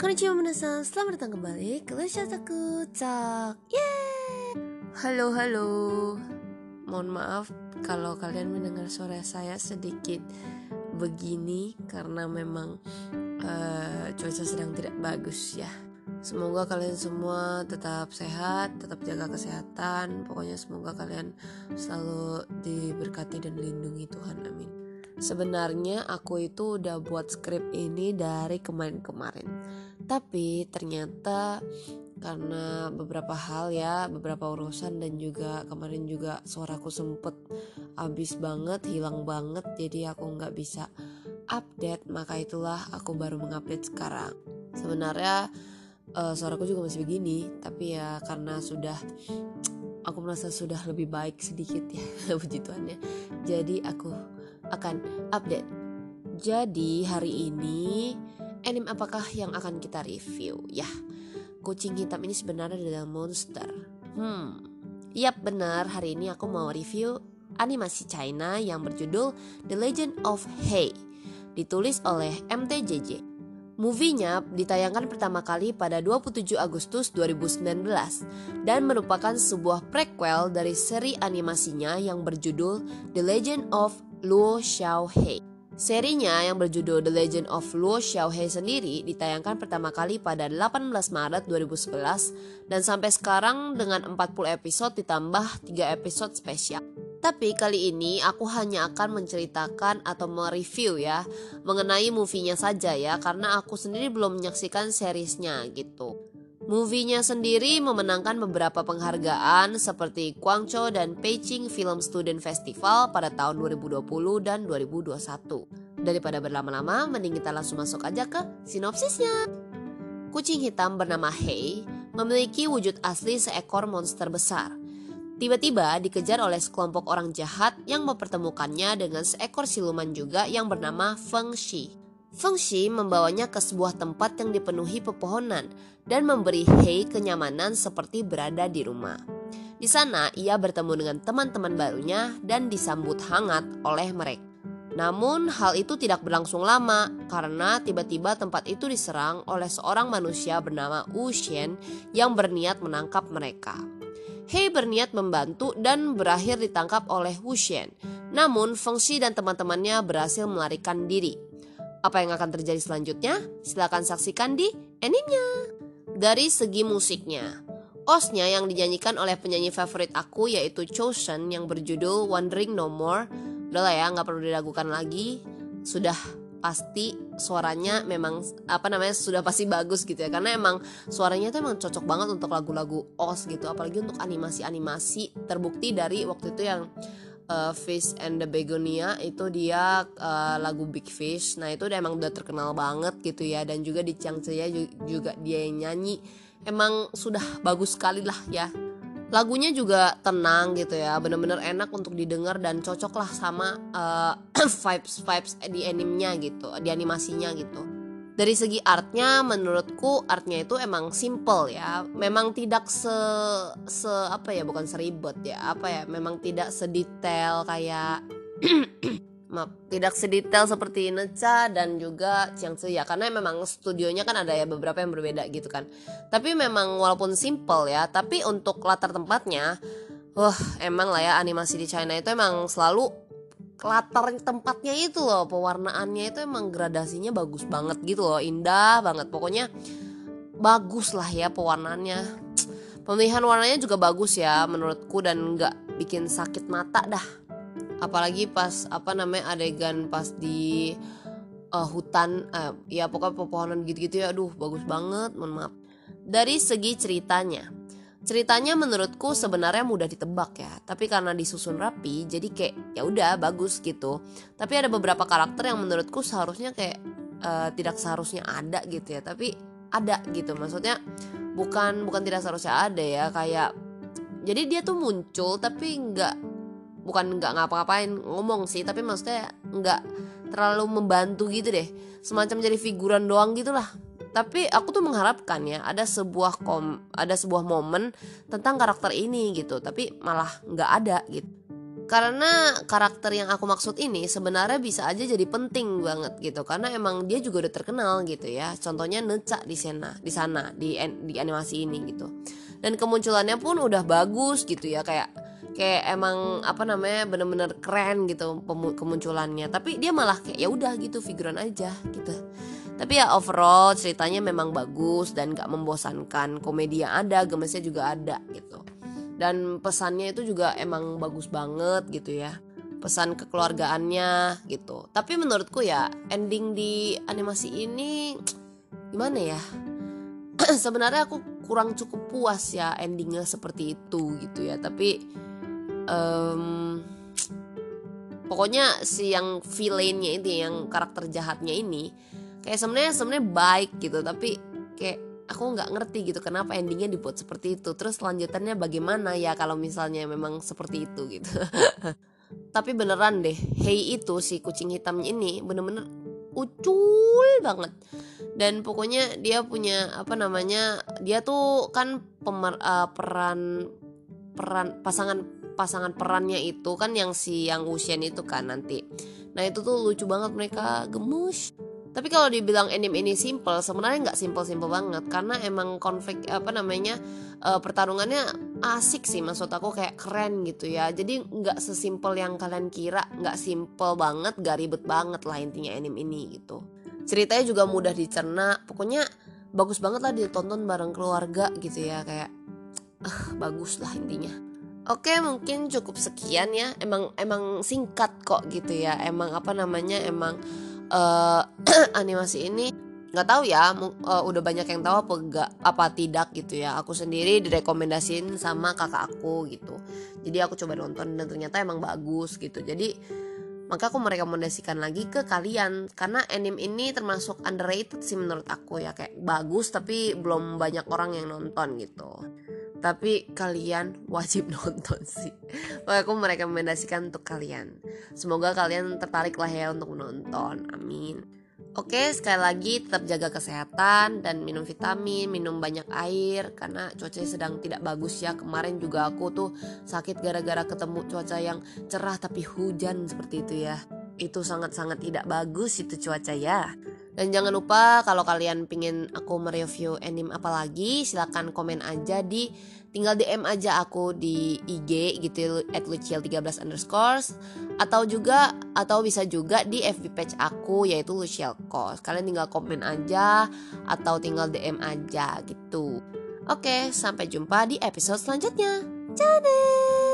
Konnichiwa minasan, selamat datang kembali ke Leshasaku Talk. Yeay. Halo. Mohon maaf kalau kalian mendengar suara saya sedikit begini karena memang cuaca sedang tidak bagus ya. Semoga kalian semua tetap sehat, tetap jaga kesehatan. Pokoknya semoga kalian selalu diberkati dan dilindungi Tuhan, amin. Sebenarnya aku itu udah buat skrip ini dari kemarin-kemarin, tapi ternyata karena beberapa hal ya, beberapa urusan dan juga kemarin juga suaraku sempet habis banget, hilang banget, jadi aku gak bisa update. Maka itulah aku baru mengupdate sekarang. Sebenarnya suaraku juga masih begini, tapi ya karena aku merasa sudah lebih baik sedikit ya puji Tuhan ya, jadi aku akan update. Jadi hari ini anime apakah yang akan kita review? Ya, kucing hitam ini sebenarnya adalah monster. Yap, benar, hari ini aku mau review animasi China yang berjudul The Legend of Hei, ditulis oleh MTJJ. Movie-nya ditayangkan pertama kali pada 27 Agustus 2019 dan merupakan sebuah prequel dari seri animasinya yang berjudul The Legend of Luo Xiaohei. Serinya yang berjudul The Legend of Luo Xiaohei sendiri ditayangkan pertama kali pada 18 Maret 2011 dan sampai sekarang dengan 40 episode ditambah 3 episode spesial. Tapi kali ini aku hanya akan menceritakan atau mereview ya mengenai movie-nya saja ya, karena aku sendiri belum menyaksikan seriesnya gitu. Movie-nya sendiri memenangkan beberapa penghargaan seperti Guangzhou dan Beijing Film Student Festival pada tahun 2020 dan 2021. Daripada berlama-lama, mending kita langsung masuk aja ke sinopsisnya. Kucing hitam bernama Hei memiliki wujud asli seekor monster besar. Tiba-tiba dikejar oleh sekelompok orang jahat yang mempertemukannya dengan seekor siluman juga yang bernama Feng Shi. Feng Shi membawanya ke sebuah tempat yang dipenuhi pepohonan dan memberi Hei kenyamanan seperti berada di rumah. Di sana ia bertemu dengan teman-teman barunya dan disambut hangat oleh mereka. Namun hal itu tidak berlangsung lama karena tiba-tiba tempat itu diserang oleh seorang manusia bernama Wu Xian yang berniat menangkap mereka. Hei berniat membantu dan berakhir ditangkap oleh Wu Xian. Namun Feng Shi dan teman-temannya berhasil melarikan diri. Apa yang akan terjadi selanjutnya? Silakan saksikan di animenya. Dari segi musiknya, OST-nya yang dinyanyikan oleh penyanyi favorit aku yaitu Chosen yang berjudul Wandering No More. Udah lah ya, gak perlu diragukan lagi. Sudah pasti suaranya memang sudah pasti bagus gitu ya, karena emang suaranya tuh emang cocok banget untuk lagu-lagu OST gitu, apalagi untuk animasi-animasi. Terbukti dari waktu itu yang Fish and the Begonia itu dia lagu Big Fish. Nah itu emang udah terkenal banget gitu ya, dan juga di Changceya juga dia yang nyanyi. Emang sudah bagus sekali lah ya. Lagunya juga tenang gitu ya, bener-bener enak untuk didengar dan cocok lah sama vibes di animenya gitu, di animasinya gitu. Dari segi artnya, menurutku artnya itu emang simple ya, memang tidak bukan seribet ya, memang tidak sedetail kayak tidak sedetail seperti Necha dan juga Changceya, karena memang studionya kan ada ya beberapa yang berbeda gitu kan. Tapi memang walaupun simple ya, tapi untuk latar tempatnya emang lah ya, animasi di China itu emang selalu latar tempatnya itu loh, pewarnaannya itu emang gradasinya bagus banget gitu loh, indah banget. Pokoknya bagus lah ya pewarnaannya. Pemilihan warnanya juga bagus ya menurutku dan gak bikin sakit mata dah. Apalagi pas adegan pas di hutan, ya pokoknya pepohonan gitu-gitu ya, aduh bagus banget, mohon maaf. Dari segi ceritanya menurutku sebenarnya mudah ditebak ya, tapi karena disusun rapi jadi kayak ya udah bagus gitu. Tapi ada beberapa karakter yang menurutku seharusnya kayak tidak seharusnya ada gitu ya, tapi ada gitu, maksudnya bukan tidak seharusnya ada ya, kayak jadi dia tuh muncul tapi bukan nggak ngapa-ngapain, ngomong sih, tapi maksudnya nggak terlalu membantu gitu deh, semacam jadi figuran doang gitulah. Tapi aku tuh mengharapkan ya ada sebuah momen tentang karakter ini gitu, tapi malah nggak ada gitu. Karena karakter yang aku maksud ini sebenarnya bisa aja jadi penting banget gitu, karena emang dia juga udah terkenal gitu ya. Contohnya Neca di animasi ini gitu. Dan kemunculannya pun udah bagus gitu ya, kayak emang apa namanya bener-bener keren gitu kemunculannya. Tapi dia malah kayak ya udah gitu, figuran aja gitu. Tapi ya overall ceritanya memang bagus dan gak membosankan. Komedi yang ada, gemesnya juga ada gitu. Dan pesannya itu juga emang bagus banget gitu ya, pesan kekeluargaannya gitu. Tapi menurutku ya ending di animasi ini gimana ya, sebenarnya aku kurang cukup puas ya endingnya seperti itu gitu ya. Tapi pokoknya si yang villainnya ini, yang karakter jahatnya ini kayak sebenarnya baik gitu. Tapi kayak aku nggak ngerti gitu kenapa endingnya dibuat seperti itu. Terus lanjutannya bagaimana ya kalau misalnya memang seperti itu gitu. Tapi beneran deh, Hei itu si kucing hitam ini bener-bener ucul banget. Dan pokoknya dia punya apa namanya, dia tuh kan peran pasangan perannya itu kan yang Wuxian itu kan nanti. Nah itu tuh lucu banget, mereka gemus. Tapi kalau dibilang anime ini simple, sebenarnya nggak simple banget, karena emang konflik pertarungannya asik sih, maksud aku kayak keren gitu ya. Jadi nggak sesimpel yang kalian kira, nggak simple banget, nggak ribet banget lah intinya anime ini gitu. Ceritanya juga mudah dicerna, pokoknya bagus banget lah ditonton bareng keluarga gitu ya, kayak bagus lah intinya. Oke, mungkin cukup sekian ya. Emang singkat kok gitu ya. Emang animasi ini nggak tahu ya, udah banyak yang tahu apa tidak gitu ya. Aku sendiri direkomendasiin sama kakak aku gitu. Jadi aku coba nonton dan ternyata emang bagus gitu. Jadi maka aku merekomendasikan lagi ke kalian, karena anime ini termasuk underrated sih menurut aku ya. Kayak bagus tapi belum banyak orang yang nonton gitu. Tapi kalian wajib nonton sih. Makanya aku merekomendasikan untuk kalian. Semoga kalian tertarik lah ya untuk menonton. Amin. Oke, sekali lagi tetap jaga kesehatan dan minum vitamin, minum banyak air karena cuacanya sedang tidak bagus ya. Kemarin juga aku tuh sakit gara-gara ketemu cuaca yang cerah tapi hujan seperti itu ya. Itu sangat-sangat tidak bagus itu cuaca ya. Dan jangan lupa kalau kalian pingin aku mereview anime apa lagi, silakan komen aja tinggal DM aja aku di IG gitu @luciel13_ atau bisa juga di FB page aku yaitu Lucielko. Kalian tinggal komen aja atau tinggal DM aja gitu. Oke, sampai jumpa di episode selanjutnya. Dadah.